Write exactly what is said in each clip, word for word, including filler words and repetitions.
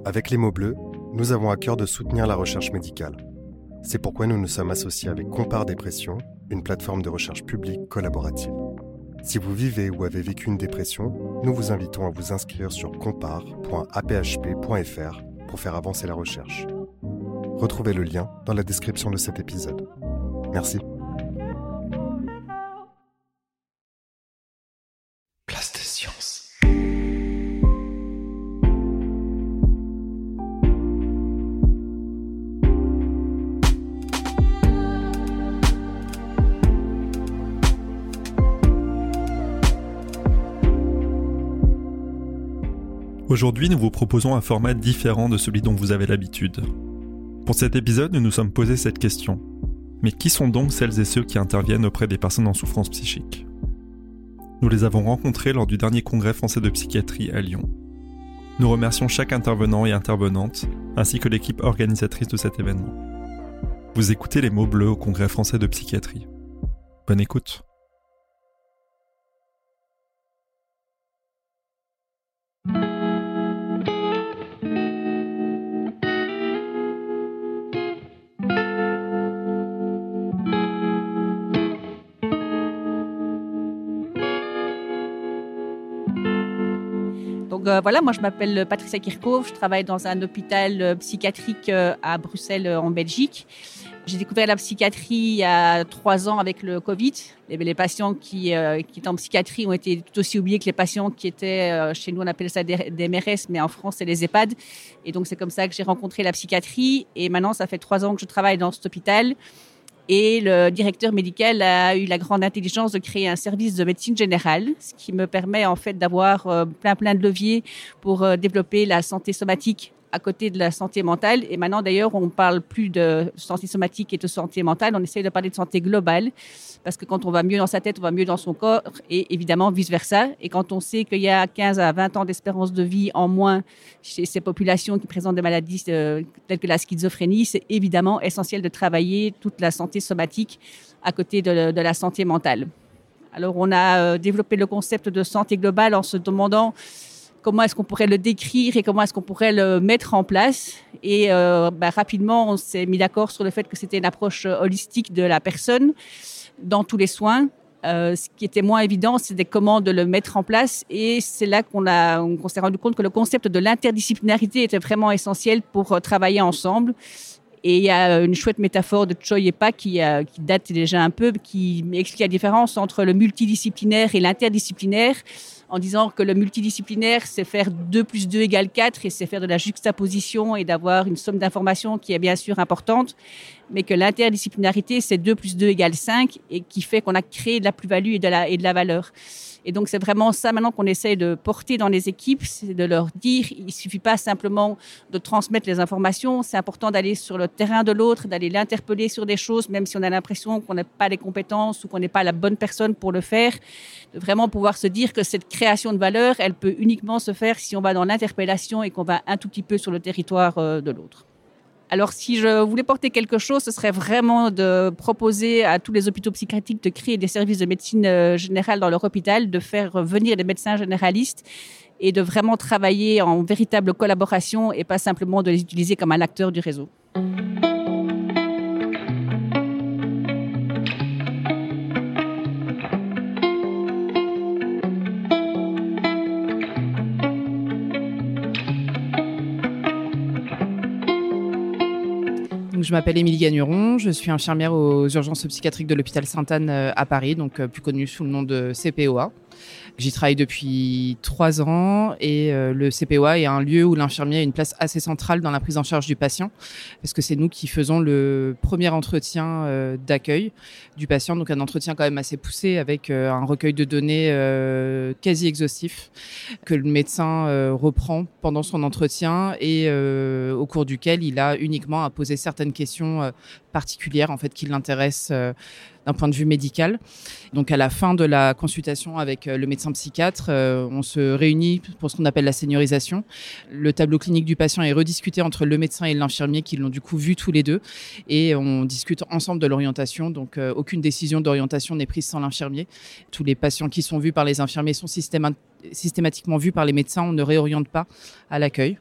Avec les mots bleus, nous avons à cœur de soutenir la recherche médicale. C'est pourquoi nous nous sommes associés avec Compare Dépression, une plateforme de recherche publique collaborative. Si vous vivez ou avez vécu une dépression, nous vous invitons à vous inscrire sur compare point a p h p point f r pour faire avancer la recherche. Retrouvez le lien dans la description de cet épisode. Merci. Place de science. Aujourd'hui, nous vous proposons un format différent de celui dont vous avez l'habitude. Pour cet épisode, nous nous sommes posé cette question. Mais qui sont donc celles et ceux qui interviennent auprès des personnes en souffrance psychique ? Nous les avons rencontrés lors du dernier congrès français de psychiatrie à Lyon. Nous remercions chaque intervenant et intervenante, ainsi que l'équipe organisatrice de cet événement. Vous écoutez les mots bleus au congrès français de psychiatrie. Bonne écoute. Donc euh, voilà, moi je m'appelle Patricia Kirchhoff, je travaille dans un hôpital euh, psychiatrique euh, à Bruxelles euh, en Belgique. J'ai découvert la psychiatrie il y a trois ans avec le Covid. Les, les patients qui, euh, qui étaient en psychiatrie ont été tout aussi oubliés que les patients qui étaient, euh, chez nous on appelle ça des, des M R S, mais en France c'est les EHPAD. Et donc c'est comme ça que j'ai rencontré la psychiatrie. Et maintenant ça fait trois ans que je travaille dans cet hôpital. Et le directeur médical a eu la grande intelligence de créer un service de médecine générale, ce qui me permet en fait d'avoir euh, plein plein de leviers pour euh, développer la santé somatique à côté de la santé mentale. Et maintenant, d'ailleurs, on ne parle plus de santé somatique et de santé mentale, on essaye de parler de santé globale, parce que quand on va mieux dans sa tête, on va mieux dans son corps, et évidemment vice-versa. Et quand on sait qu'il y a quinze à vingt ans d'espérance de vie en moins chez ces populations qui présentent des maladies euh, telles que la schizophrénie, c'est évidemment essentiel de travailler toute la santé somatique à côté de, de la santé mentale. Alors, on a euh, développé le concept de santé globale en se demandant comment est-ce qu'on pourrait le décrire et comment est-ce qu'on pourrait le mettre en place. Et euh, bah, rapidement, on s'est mis d'accord sur le fait que c'était une approche holistique de la personne dans tous les soins. Euh, ce qui était moins évident, c'était comment de le mettre en place. Et c'est là qu'on, a, on s'est rendu compte que le concept de l'interdisciplinarité était vraiment essentiel pour euh, travailler ensemble. Et il y a une chouette métaphore de Choi Yepa qui, euh, qui date déjà un peu, qui explique la différence entre le multidisciplinaire et l'interdisciplinaire, en disant que le multidisciplinaire, c'est faire deux plus deux égale quatre et c'est faire de la juxtaposition et d'avoir une somme d'informations qui est bien sûr importante, mais que l'interdisciplinarité, c'est deux plus deux égale cinq et qui fait qu'on a créé de la plus-value et de la, et de la valeur. Et donc, c'est vraiment ça maintenant qu'on essaie de porter dans les équipes, c'est de leur dire, il ne suffit pas simplement de transmettre les informations, c'est important d'aller sur le terrain de l'autre, d'aller l'interpeller sur des choses, même si on a l'impression qu'on n'a pas les compétences ou qu'on n'est pas la bonne personne pour le faire, de vraiment pouvoir se dire que cette création de valeur, elle peut uniquement se faire si on va dans l'interpellation et qu'on va un tout petit peu sur le territoire de l'autre. Alors, si je voulais porter quelque chose, ce serait vraiment de proposer à tous les hôpitaux psychiatriques de créer des services de médecine générale dans leur hôpital, de faire venir des médecins généralistes et de vraiment travailler en véritable collaboration et pas simplement de les utiliser comme un acteur du réseau. Je m'appelle Émilie Gagneron, je suis infirmière aux urgences psychiatriques de l'hôpital Sainte-Anne à Paris, donc plus connue sous le nom de C P O A. J'y travaille depuis trois ans et euh, le C P O A est un lieu où l'infirmier a une place assez centrale dans la prise en charge du patient, parce que c'est nous qui faisons le premier entretien euh, d'accueil du patient, donc un entretien quand même assez poussé avec euh, un recueil de données euh, quasi exhaustif que le médecin euh, reprend pendant son entretien et euh, au cours duquel il a uniquement à poser certaines questions euh, particulières en fait qui l'intéressent euh, d'un point de vue médical. Donc à la fin de la consultation avec le médecin psychiatre, euh, on se réunit pour ce qu'on appelle la seniorisation. Le tableau clinique du patient est rediscuté entre le médecin et l'infirmier qui l'ont du coup vu tous les deux et on discute ensemble de l'orientation. Donc euh, aucune décision d'orientation n'est prise sans l'infirmier. Tous les patients qui sont vus par les infirmiers sont systéma- systématiquement vus par les médecins. On ne réoriente pas à l'accueil.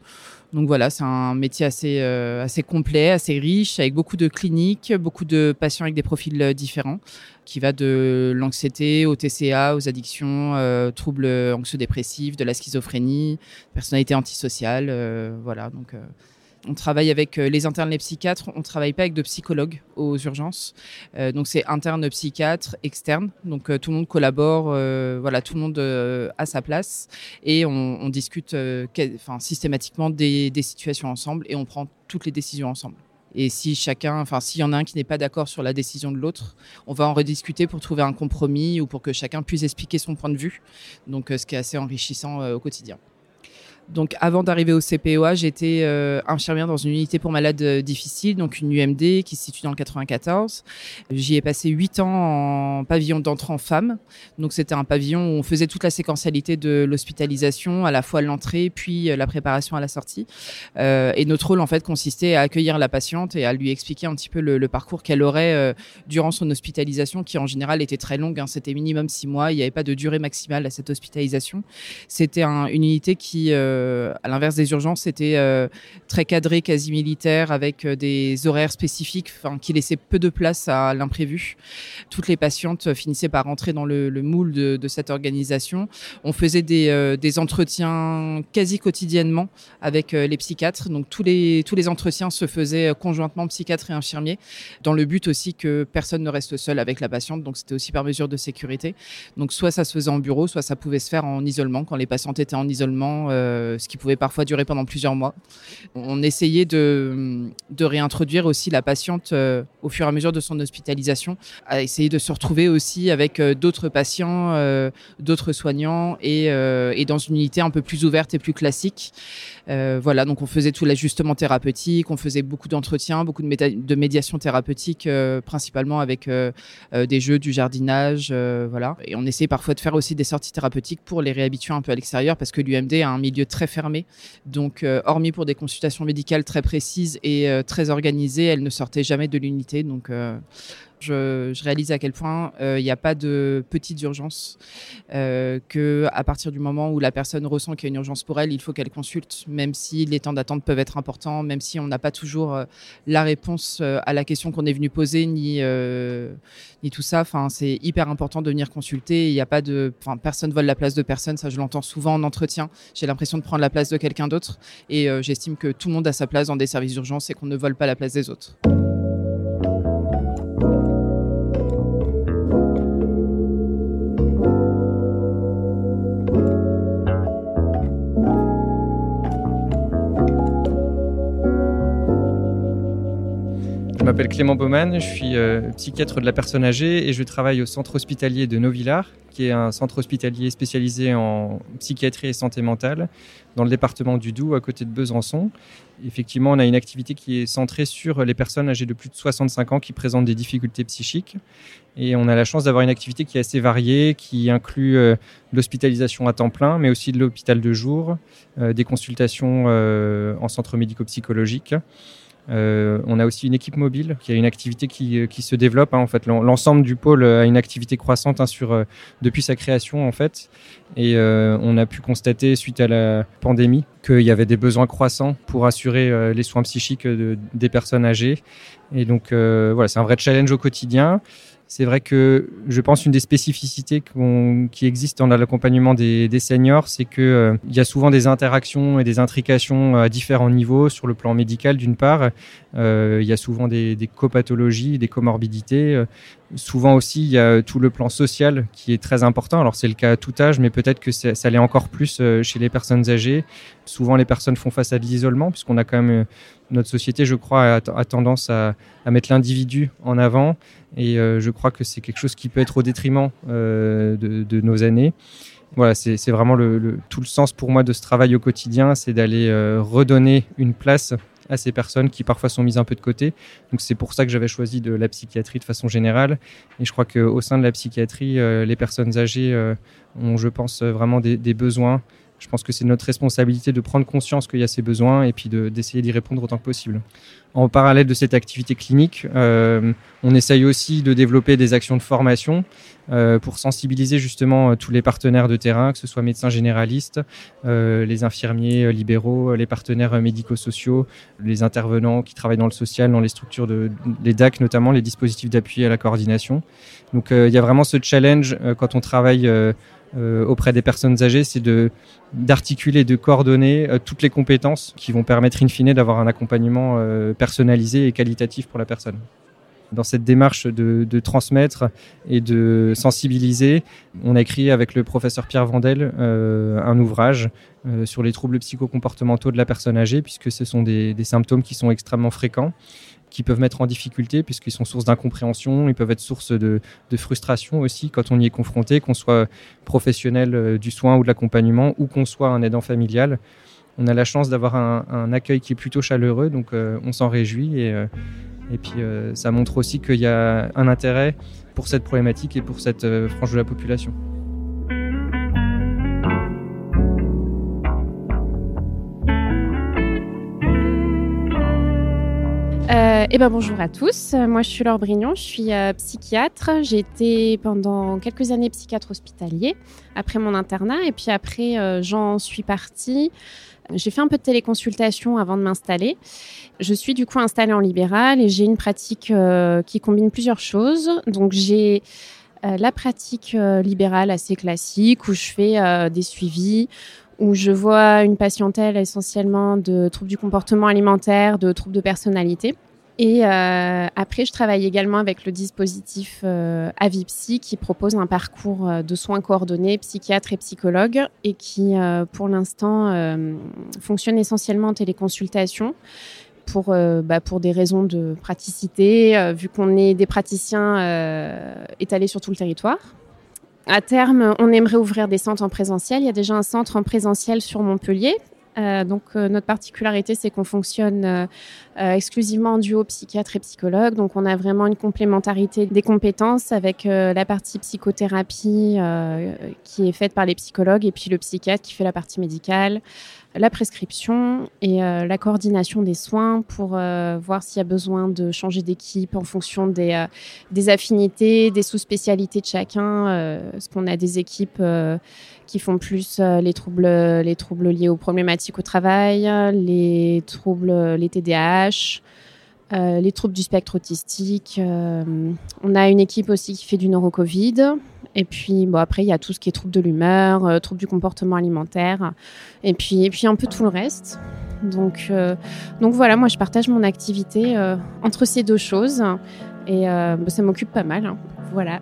Donc voilà, c'est un métier assez, euh, assez complet, assez riche, avec beaucoup de cliniques, beaucoup de patients avec des profils différents, qui va de l'anxiété au T C A, aux addictions, euh, troubles anxio-dépressifs, de la schizophrénie, personnalité antisociale, euh, voilà. Donc, euh, on travaille avec les internes, les psychiatres. On ne travaille pas avec de psychologues aux urgences. Euh, donc, c'est interne, psychiatre, externe. Donc, euh, tout le monde collabore. Euh, voilà, tout le monde euh, a sa place. Et on, on discute euh, enfin, systématiquement des, des situations ensemble et on prend toutes les décisions ensemble. Et si chacun, enfin, s'il y en a un qui n'est pas d'accord sur la décision de l'autre, on va en rediscuter pour trouver un compromis ou pour que chacun puisse expliquer son point de vue. Donc, euh, ce qui est assez enrichissant euh, au quotidien. Donc, avant d'arriver au C P O A, j'étais euh, infirmière dans une unité pour malades euh, difficiles, donc une U M D qui se situe dans le quatre-vingt-quatorze. J'y ai passé huit ans en pavillon d'entrants femmes. Donc, c'était un pavillon où on faisait toute la séquentialité de l'hospitalisation, à la fois l'entrée puis euh, la préparation à la sortie. Euh, et notre rôle, en fait, consistait à accueillir la patiente et à lui expliquer un petit peu le, le parcours qu'elle aurait euh, durant son hospitalisation, qui en général était très longue. Hein. C'était minimum six mois. Il n'y avait pas de durée maximale à cette hospitalisation. C'était un, une unité qui... Euh, à l'inverse des urgences, c'était euh, très cadré, quasi militaire, avec euh, des horaires spécifiques qui laissaient peu de place à l'imprévu. Toutes les patientes finissaient par rentrer dans le, le moule de, de cette organisation. On faisait des, euh, des entretiens quasi quotidiennement avec euh, les psychiatres. Donc tous les, tous les entretiens se faisaient conjointement psychiatre et infirmier, dans le but aussi que personne ne reste seul avec la patiente. Donc c'était aussi par mesure de sécurité. Donc soit ça se faisait en bureau, soit ça pouvait se faire en isolement, quand les patientes étaient en isolement, euh, ce qui pouvait parfois durer pendant plusieurs mois. On essayait de, de réintroduire aussi la patiente euh, au fur et à mesure de son hospitalisation, à essayer de se retrouver aussi avec euh, d'autres patients, euh, d'autres soignants et, euh, et dans une unité un peu plus ouverte et plus classique. Euh, voilà, donc on faisait tout l'ajustement thérapeutique, on faisait beaucoup d'entretiens, beaucoup de, méta- de médiation thérapeutique, euh, principalement avec euh, euh, des jeux, du jardinage, euh, voilà. Et on essayait parfois de faire aussi des sorties thérapeutiques pour les réhabituer un peu à l'extérieur, parce que l'U M D a un milieu très fermée. Donc, euh, hormis pour des consultations médicales très précises et euh, très organisées, elle ne sortait jamais de l'unité. Donc, euh, je, je réalise à quel point il euh, n'y a pas de petites urgences, euh, qu'à partir du moment où la personne ressent qu'il y a une urgence pour elle, il faut qu'elle consulte, même si les temps d'attente peuvent être importants, même si on n'a pas toujours euh, la réponse euh, à la question qu'on est venu poser, ni, euh, ni tout ça. Enfin, c'est hyper important de venir consulter. Il y a pas de, enfin, personne vole la place de personne. Ça, je l'entends souvent en entretien. J'ai l'impression de prendre la place de quelqu'un d'autre. Et euh, j'estime que tout le monde a sa place dans des services d'urgence et qu'on ne vole pas la place des autres. Je m'appelle Clément Baumann, je suis euh, psychiatre de la personne âgée et je travaille au centre hospitalier de Novillars, qui est un centre hospitalier spécialisé en psychiatrie et santé mentale, dans le département du Doubs, à côté de Besançon. Effectivement, on a une activité qui est centrée sur les personnes âgées de plus de soixante-cinq ans qui présentent des difficultés psychiques. Et on a la chance d'avoir une activité qui est assez variée, qui inclut euh, l'hospitalisation à temps plein, mais aussi de l'hôpital de jour, euh, des consultations euh, en centre médico-psychologique. Euh, on a aussi une équipe mobile qui a une activité qui, qui se développe. Hein, en fait, l'ensemble du pôle a une activité croissante hein, sur, euh, depuis sa création en fait. Et euh, on a pu constater suite à la pandémie qu'il y avait des besoins croissants pour assurer euh, les soins psychiques de, des personnes âgées. Et donc euh, voilà, c'est un vrai challenge au quotidien. C'est vrai que je pense une des spécificités qu'on, qui existent dans l'accompagnement des, des seniors, c'est que euh, il y a souvent des interactions et des intrications à différents niveaux sur le plan médical d'une part. Euh, il y a souvent des, des copathologies, des comorbidités. Euh, souvent aussi, il y a tout le plan social qui est très important. Alors c'est le cas à tout âge, mais peut-être que ça, ça l'est encore plus euh, chez les personnes âgées. Souvent, les personnes font face à de l'isolement, puisqu'on a quand même... Euh, notre société, je crois, a, a tendance à, à mettre l'individu en avant. Et euh, je crois que c'est quelque chose qui peut être au détriment euh, de, de nos aînés. Voilà, c'est, c'est vraiment le, le, tout le sens pour moi de ce travail au quotidien, c'est d'aller euh, redonner une place à ces personnes qui parfois sont mises un peu de côté. Donc c'est pour ça que j'avais choisi de la psychiatrie de façon générale. Et je crois qu'au sein de la psychiatrie, euh, les personnes âgées euh, ont, je pense, vraiment des, des besoins Je pense que c'est notre responsabilité de prendre conscience qu'il y a ces besoins et puis de, d'essayer d'y répondre autant que possible. En parallèle de cette activité clinique, euh, on essaye aussi de développer des actions de formation euh, pour sensibiliser justement tous les partenaires de terrain, que ce soit médecins généralistes, euh, les infirmiers libéraux, les partenaires médico-sociaux, les intervenants qui travaillent dans le social, dans les structures de les D A C notamment, les dispositifs d'appui à la coordination. Donc euh, il y a vraiment ce challenge euh, quand on travaille euh, Euh, auprès des personnes âgées, c'est de, d'articuler, de coordonner euh, toutes les compétences qui vont permettre in fine d'avoir un accompagnement euh, personnalisé et qualitatif pour la personne. Dans cette démarche de, de transmettre et de sensibiliser, on a écrit avec le professeur Pierre Vandel euh, un ouvrage euh, sur les troubles psychocomportementaux de la personne âgée, puisque ce sont des, des symptômes qui sont extrêmement fréquents, qui peuvent mettre en difficulté puisqu'ils sont source d'incompréhension, ils peuvent être source de, de frustration aussi quand on y est confronté, qu'on soit professionnel du soin ou de l'accompagnement ou qu'on soit un aidant familial. On a la chance d'avoir un, un accueil qui est plutôt chaleureux, donc euh, on s'en réjouit et, euh, et puis euh, ça montre aussi qu'il y a un intérêt pour cette problématique et pour cette euh, frange de la population. Euh, eh ben bonjour à tous, moi je suis Laure Brignon, je suis euh, psychiatre, j'ai été pendant quelques années psychiatre hospitalier après mon internat et puis après euh, j'en suis partie. J'ai fait un peu de téléconsultation avant de m'installer. Je suis du coup installée en libéral et j'ai une pratique euh, qui combine plusieurs choses. Donc j'ai euh, la pratique euh, libérale assez classique où je fais euh, des suivis, où je vois une patientèle essentiellement de troubles du comportement alimentaire, de troubles de personnalité. Et euh, après, je travaille également avec le dispositif euh, Avipsy qui propose un parcours de soins coordonnés, psychiatre et psychologue, et qui, euh, pour l'instant, euh, fonctionne essentiellement en téléconsultation pour, euh, bah, pour des raisons de praticité, euh, vu qu'on est des praticiens euh, étalés sur tout le territoire. À terme, on aimerait ouvrir des centres en présentiel. Il y a déjà un centre en présentiel sur Montpellier. Euh, donc, euh, notre particularité, c'est qu'on fonctionne euh, euh, exclusivement en duo psychiatre et psychologue. Donc, on a vraiment une complémentarité des compétences avec euh, la partie psychothérapie euh, qui est faite par les psychologues et puis le psychiatre qui fait la partie médicale, la prescription et euh, la coordination des soins pour euh, voir s'il y a besoin de changer d'équipe en fonction des, euh, des affinités, des sous-spécialités de chacun. Euh, parce qu'on a des équipes euh, qui font plus euh, les troubles, les troubles liés aux problématiques au travail, les troubles, les T D A H, euh, les troubles du spectre autistique. Euh, on a une équipe aussi qui fait du neuro-Covid. Et puis, bon, après, il y a tout ce qui est troubles de l'humeur, euh, troubles du comportement alimentaire, et puis, et puis un peu tout le reste. Donc, euh, donc voilà, moi, je partage mon activité euh, entre ces deux choses. Et euh, bah, ça m'occupe pas mal. Hein. Voilà.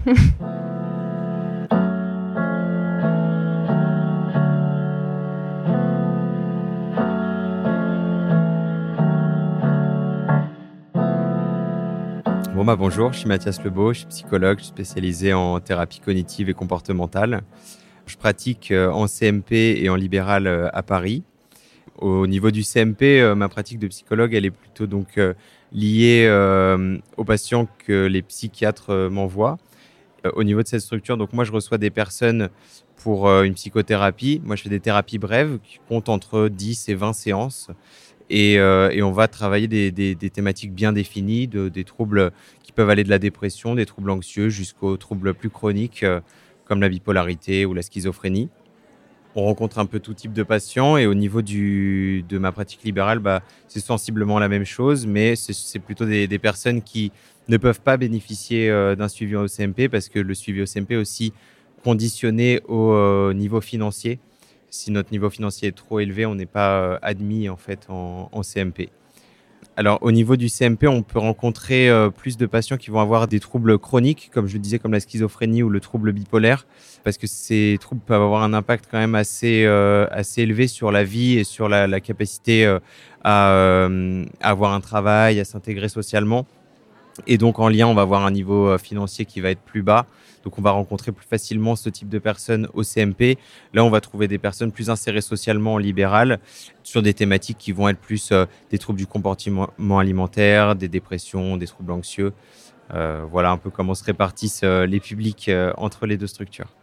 Bon bah bonjour, je suis Mathias Lebeau, je suis psychologue, je suis spécialisé en thérapie cognitive et comportementale. Je pratique en C M P et en libéral à Paris. Au niveau du C M P, ma pratique de psychologue, elle est plutôt donc liée euh, aux patients que les psychiatres m'envoient. Au niveau de cette structure, donc moi je reçois des personnes pour une psychothérapie. Moi je fais des thérapies brèves qui comptent entre dix et vingt séances. Et, euh, et on va travailler des, des, des thématiques bien définies, de, des troubles qui peuvent aller de la dépression, des troubles anxieux jusqu'aux troubles plus chroniques euh, comme la bipolarité ou la schizophrénie. On rencontre un peu tout type de patients et au niveau du, de ma pratique libérale, bah, c'est sensiblement la même chose, mais c'est, c'est plutôt des, des personnes qui ne peuvent pas bénéficier euh, d'un suivi au C M P parce que le suivi au C M P est aussi conditionné au euh, niveau financier. Si notre niveau financier est trop élevé, on n'est pas admis en fait en, en C M P. Alors au niveau du C M P, on peut rencontrer euh, plus de patients qui vont avoir des troubles chroniques, comme je le disais, comme la schizophrénie ou le trouble bipolaire, parce que ces troubles peuvent avoir un impact quand même assez, euh, assez élevé sur la vie et sur la, la capacité euh, à, euh, à avoir un travail, à s'intégrer socialement. Et donc, en lien, on va avoir un niveau financier qui va être plus bas. Donc, on va rencontrer plus facilement ce type de personnes au C M P. Là, on va trouver des personnes plus insérées socialement en libéral sur des thématiques qui vont être plus euh, des troubles du comportement alimentaire, des dépressions, des troubles anxieux. Euh, voilà un peu comment se répartissent euh, les publics euh, entre les deux structures.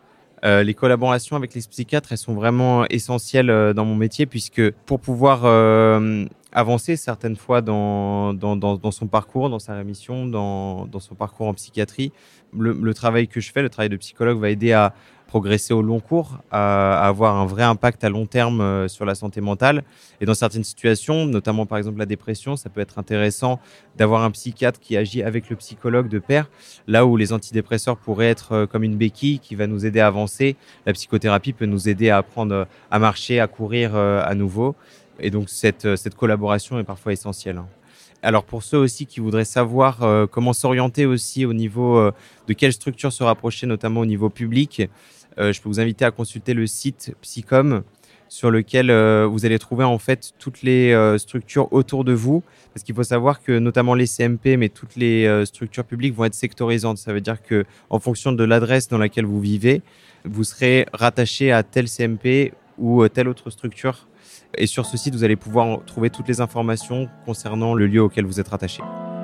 Euh, les collaborations avec les psychiatres, elles sont vraiment essentielles euh, dans mon métier, puisque pour pouvoir euh, avancer certaines fois dans, dans, dans, dans son parcours, dans sa rémission, dans, dans son parcours en psychiatrie, le, le travail que je fais, le travail de psychologue va aider à progresser au long cours, à, à avoir un vrai impact à long terme euh, sur la santé mentale. Et dans certaines situations, notamment par exemple la dépression, ça peut être intéressant d'avoir un psychiatre qui agit avec le psychologue de pair, là où les antidépresseurs pourraient être euh, comme une béquille qui va nous aider à avancer. La psychothérapie peut nous aider à apprendre à marcher, à courir euh, à nouveau. Et donc cette, cette collaboration est parfois essentielle. Alors pour ceux aussi qui voudraient savoir euh, comment s'orienter aussi au niveau euh, de quelle structure se rapprocher, notamment au niveau public, euh, je peux vous inviter à consulter le site Psycom, sur lequel euh, vous allez trouver en fait toutes les euh, structures autour de vous, parce qu'il faut savoir que notamment les C M P, mais toutes les euh, structures publiques vont être sectorisantes. Ça veut dire que en fonction de l'adresse dans laquelle vous vivez, vous serez rattaché à tel C M P ou euh, telle autre structure. Et sur ce site, vous allez pouvoir trouver toutes les informations concernant le lieu auquel vous êtes rattaché.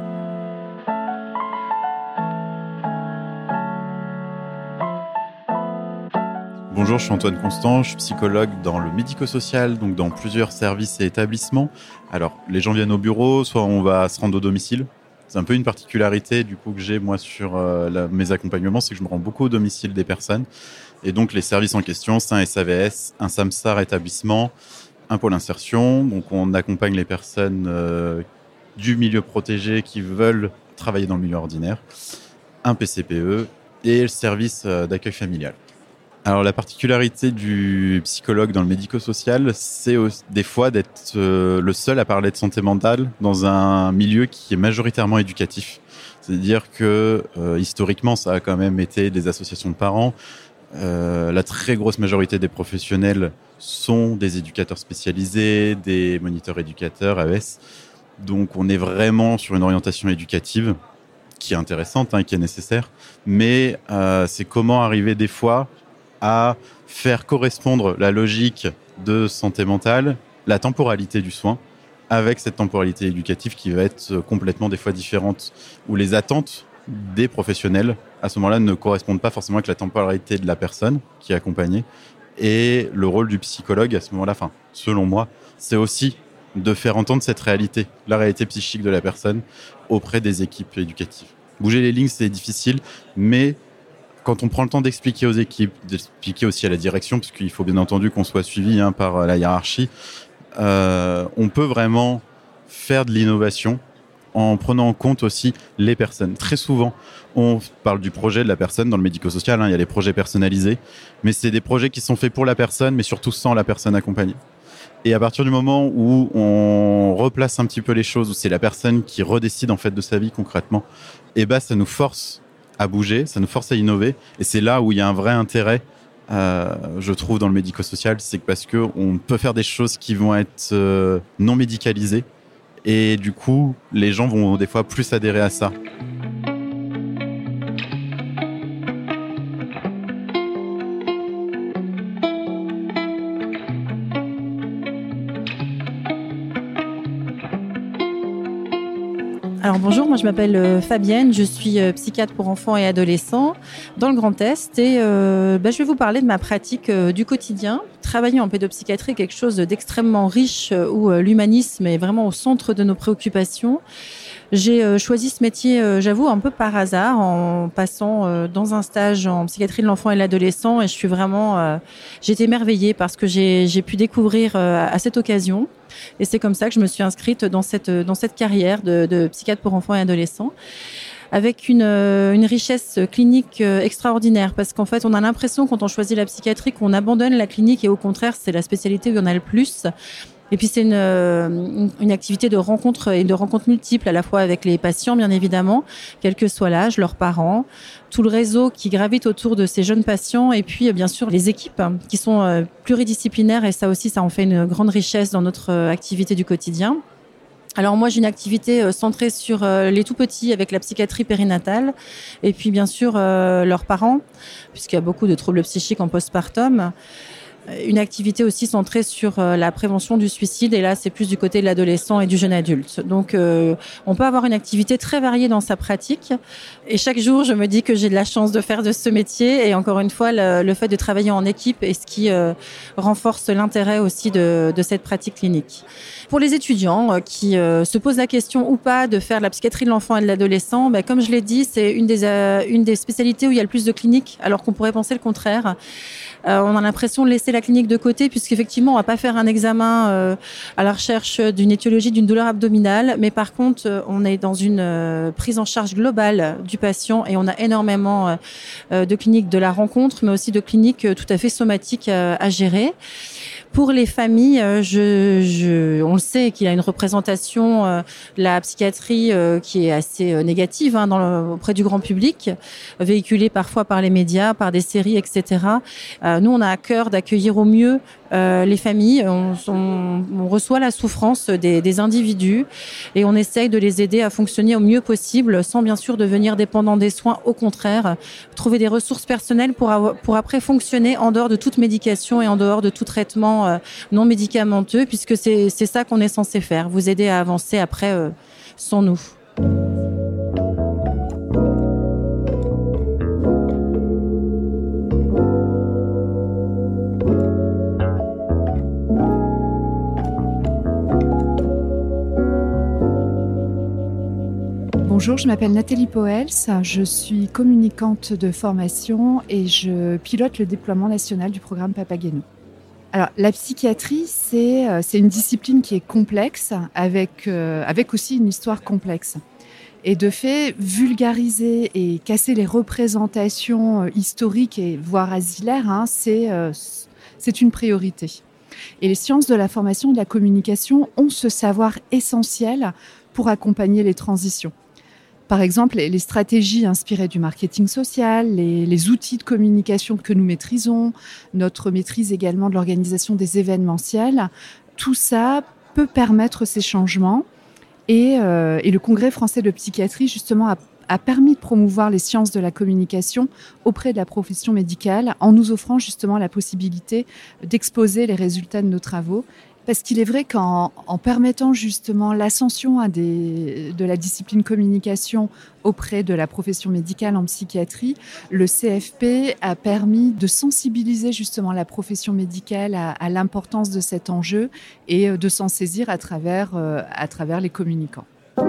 Bonjour, je suis Antoine Constant, je suis psychologue dans le médico-social, donc dans plusieurs services et établissements. Alors, les gens viennent au bureau, soit on va se rendre au domicile. C'est un peu une particularité du coup que j'ai moi sur euh, la, mes accompagnements, c'est que je me rends beaucoup au domicile des personnes. Et donc les services en question, c'est un S A V S, un SAMSAR établissement, un pôle insertion. Donc on accompagne les personnes euh, du milieu protégé qui veulent travailler dans le milieu ordinaire, un P C P E et le service euh, d'accueil familial. Alors la particularité du psychologue dans le médico-social, c'est aussi, des fois d'être euh, le seul à parler de santé mentale dans un milieu qui est majoritairement éducatif. C'est-à-dire que euh, historiquement, ça a quand même été des associations de parents. Euh, la très grosse majorité des professionnels sont des éducateurs spécialisés, des moniteurs éducateurs, A E S. Donc on est vraiment sur une orientation éducative qui est intéressante, hein, qui est nécessaire. Mais euh, c'est comment arriver des fois à faire correspondre la logique de santé mentale, la temporalité du soin, avec cette temporalité éducative qui va être complètement des fois différente, où les attentes des professionnels, à ce moment-là, ne correspondent pas forcément avec la temporalité de la personne qui est accompagnée. Et le rôle du psychologue, à ce moment-là, enfin, selon moi, c'est aussi de faire entendre cette réalité, la réalité psychique de la personne, auprès des équipes éducatives. Bouger les lignes, c'est difficile, mais quand on prend le temps d'expliquer aux équipes, d'expliquer aussi à la direction, parce qu'il faut bien entendu qu'on soit suivi hein, par la hiérarchie, euh, on peut vraiment faire de l'innovation en prenant en compte aussi les personnes. Très souvent, on parle du projet de la personne dans le médico-social, hein, il y a les projets personnalisés, mais c'est des projets qui sont faits pour la personne, mais surtout sans la personne accompagnée. Et à partir du moment où on replace un petit peu les choses, où c'est la personne qui redécide en fait de sa vie concrètement, et ben ça nous force à bouger, ça nous force à innover, et c'est là où il y a un vrai intérêt, euh, je trouve, dans le médico-social, c'est que parce que on peut faire des choses qui vont être euh, non médicalisées, et du coup, les gens vont des fois plus adhérer à ça. Alors bonjour, moi je m'appelle euh, Fabienne, je suis euh, psychiatre pour enfants et adolescents dans le Grand Est et euh, bah, je vais vous parler de ma pratique euh, du quotidien. Travailler en pédopsychiatrie est quelque chose d'extrêmement riche euh, où euh, l'humanisme est vraiment au centre de nos préoccupations. J'ai euh, choisi ce métier, euh, j'avoue, un peu par hasard en passant euh, dans un stage en psychiatrie de l'enfant et de l'adolescent et je suis vraiment, euh, j'ai été émerveillée parce que j'ai, j'ai pu découvrir euh, à cette occasion. Et c'est comme ça que je me suis inscrite dans cette, dans cette carrière de, de psychiatre pour enfants et adolescents, avec une, une richesse clinique extraordinaire. Parce qu'en fait, on a l'impression, quand on choisit la psychiatrie, qu'on abandonne la clinique et au contraire, c'est la spécialité où il y en a le plus. Et puis, c'est une, une, une activité de rencontres et de rencontres multiples, à la fois avec les patients, bien évidemment, quel que soit l'âge, leurs parents, tout le réseau qui gravite autour de ces jeunes patients et puis, bien sûr, les équipes qui sont pluridisciplinaires. Et ça aussi, ça en fait une grande richesse dans notre activité du quotidien. Alors moi, j'ai une activité centrée sur les tout-petits avec la psychiatrie périnatale et puis, bien sûr, leurs parents, puisqu'il y a beaucoup de troubles psychiques en postpartum. une activité aussi centrée sur euh, la prévention du suicide. Et là, c'est plus du côté de l'adolescent et du jeune adulte. Donc, euh, on peut avoir une activité très variée dans sa pratique. Et chaque jour, je me dis que j'ai de la chance de faire de ce métier. Et encore une fois, le, le fait de travailler en équipe est ce qui euh, renforce l'intérêt aussi de, de cette pratique clinique. Pour les étudiants euh, qui euh, se posent la question ou pas de faire de la psychiatrie de l'enfant et de l'adolescent, ben, comme je l'ai dit, c'est une des, euh, une des spécialités où il y a le plus de cliniques, alors qu'on pourrait penser le contraire. Euh, on a l'impression de laisser la clinique de côté, puisqu'effectivement, on va pas faire un examen euh, à la recherche d'une étiologie d'une douleur abdominale, mais par contre, euh, on est dans une euh, prise en charge globale du patient et on a énormément euh, de cliniques de la rencontre, mais aussi de cliniques euh, tout à fait somatiques euh, à gérer. Pour les familles, je, je, on le sait qu'il y a une représentation euh, de la psychiatrie euh, qui est assez euh, négative hein, dans le, auprès du grand public, véhiculée parfois par les médias, par des séries, et cetera. Euh, nous, on a à cœur d'accueillir au mieux euh, les familles. On, on, on reçoit la souffrance des, des individus et on essaye de les aider à fonctionner au mieux possible, sans bien sûr devenir dépendants des soins. Au contraire, trouver des ressources personnelles pour, avoir, pour après fonctionner en dehors de toute médication et en dehors de tout traitement non médicamenteux, puisque c'est, c'est ça qu'on est censé faire, vous aider à avancer après euh, sans nous. Bonjour, je m'appelle Nathalie Poels, je suis communicante de formation et je pilote le déploiement national du programme Papageno. Alors, la psychiatrie, c'est, euh, c'est une discipline qui est complexe, avec, euh, avec aussi une histoire complexe. Et de fait, vulgariser et casser les représentations historiques et voire asilaires, hein, c'est, euh, c'est une priorité. Et les sciences de la formation et de la communication ont ce savoir essentiel pour accompagner les transitions. Par exemple, les stratégies inspirées du marketing social, les, les outils de communication que nous maîtrisons, notre maîtrise également de l'organisation des événementiels, tout ça peut permettre ces changements. Et, euh, et le Congrès français de psychiatrie, justement, a, a permis de promouvoir les sciences de la communication auprès de la profession médicale en nous offrant justement la possibilité d'exposer les résultats de nos travaux. Parce qu'il est vrai qu'en en permettant justement l'ascension à des, de la discipline communication auprès de la profession médicale en psychiatrie, le C F P a permis de sensibiliser justement la profession médicale à, à l'importance de cet enjeu et de s'en saisir à travers, euh, à travers les communicants.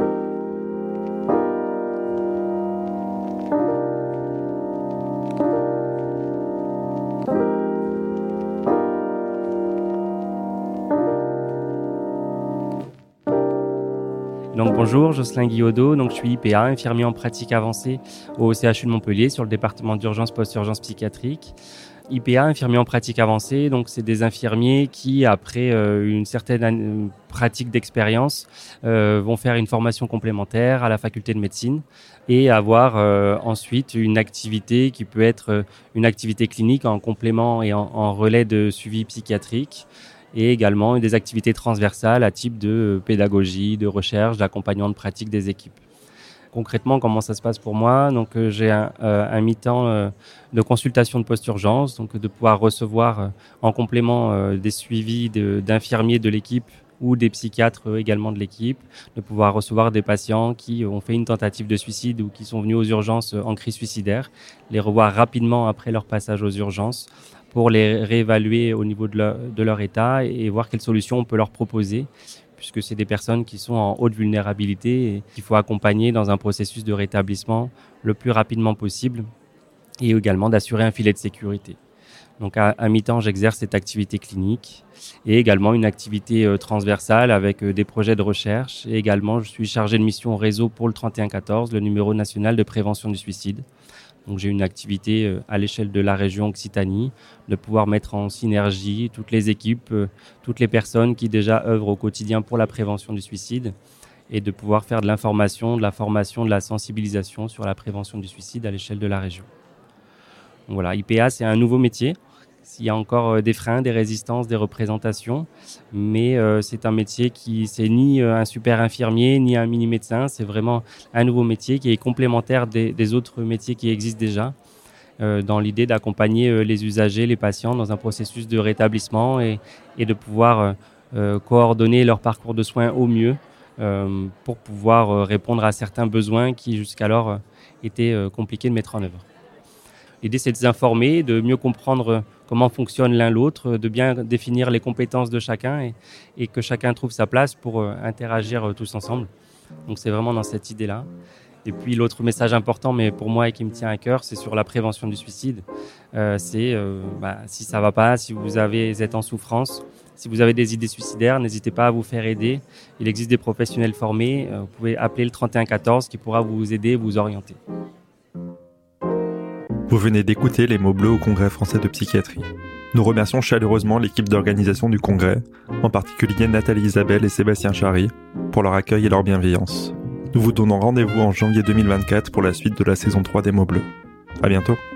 Donc bonjour, Jocelyn Guillaudot, donc je suis I P A, infirmier en pratique avancée au C H U de Montpellier sur le département d'urgence post-urgence psychiatrique. I P A, infirmier en pratique avancée, donc c'est des infirmiers qui, après euh, une certaine an- pratique d'expérience, euh, vont faire une formation complémentaire à la faculté de médecine et avoir euh, ensuite une activité qui peut être euh, une activité clinique en complément et en, en relais de suivi psychiatrique, et également des activités transversales à type de pédagogie, de recherche, d'accompagnement de pratique des équipes. Concrètement, comment ça se passe pour moi ? Donc, euh, j'ai un, euh, un mi-temps euh, de consultation de post-urgence, donc de pouvoir recevoir euh, en complément euh, des suivis de, d'infirmiers de l'équipe ou des psychiatres euh, également de l'équipe, de pouvoir recevoir des patients qui ont fait une tentative de suicide ou qui sont venus aux urgences en crise suicidaire, les revoir rapidement après leur passage aux urgences, pour les réévaluer au niveau de leur, de leur état et voir quelles solutions on peut leur proposer, puisque c'est des personnes qui sont en haute vulnérabilité et qu'il faut accompagner dans un processus de rétablissement le plus rapidement possible et également d'assurer un filet de sécurité. Donc à, à mi-temps, j'exerce cette activité clinique et également une activité euh, transversale avec euh, des projets de recherche. Et également, je suis chargé de mission au réseau pour le trente et un quatorze, le numéro national de prévention du suicide. Donc j'ai une activité euh, à l'échelle de la région Occitanie, de pouvoir mettre en synergie toutes les équipes, euh, toutes les personnes qui déjà œuvrent au quotidien pour la prévention du suicide et de pouvoir faire de l'information, de la formation, de la sensibilisation sur la prévention du suicide à l'échelle de la région. Donc voilà, I P A, c'est un nouveau métier. Il y a encore des freins, des résistances, des représentations, mais euh, c'est un métier qui, c'est ni un super infirmier, ni un mini médecin, c'est vraiment un nouveau métier qui est complémentaire des, des autres métiers qui existent déjà, euh, dans l'idée d'accompagner euh, les usagers, les patients dans un processus de rétablissement et, et de pouvoir euh, euh, coordonner leur parcours de soins au mieux euh, pour pouvoir euh, répondre à certains besoins qui jusqu'alors euh, étaient euh, compliqués de mettre en œuvre. L'idée, c'est de les informer, de mieux comprendre comment fonctionne l'un l'autre, de bien définir les compétences de chacun et, et que chacun trouve sa place pour euh, interagir euh, tous ensemble. Donc c'est vraiment dans cette idée-là. Et puis l'autre message important, mais pour moi et qui me tient à cœur, c'est sur la prévention du suicide. Euh, c'est euh, bah, si ça va pas, si vous avez, vous êtes en souffrance, si vous avez des idées suicidaires, n'hésitez pas à vous faire aider. Il existe des professionnels formés. Euh, vous pouvez appeler le trente et un quatorze qui pourra vous aider, vous orienter. Vous venez d'écouter Les mots bleus au Congrès français de psychiatrie. Nous remercions chaleureusement l'équipe d'organisation du congrès, en particulier Nathalie Isabelle et Sébastien Chary, pour leur accueil et leur bienveillance. Nous vous donnons rendez-vous en janvier deux mille vingt-quatre pour la suite de la saison trois des mots bleus. À bientôt.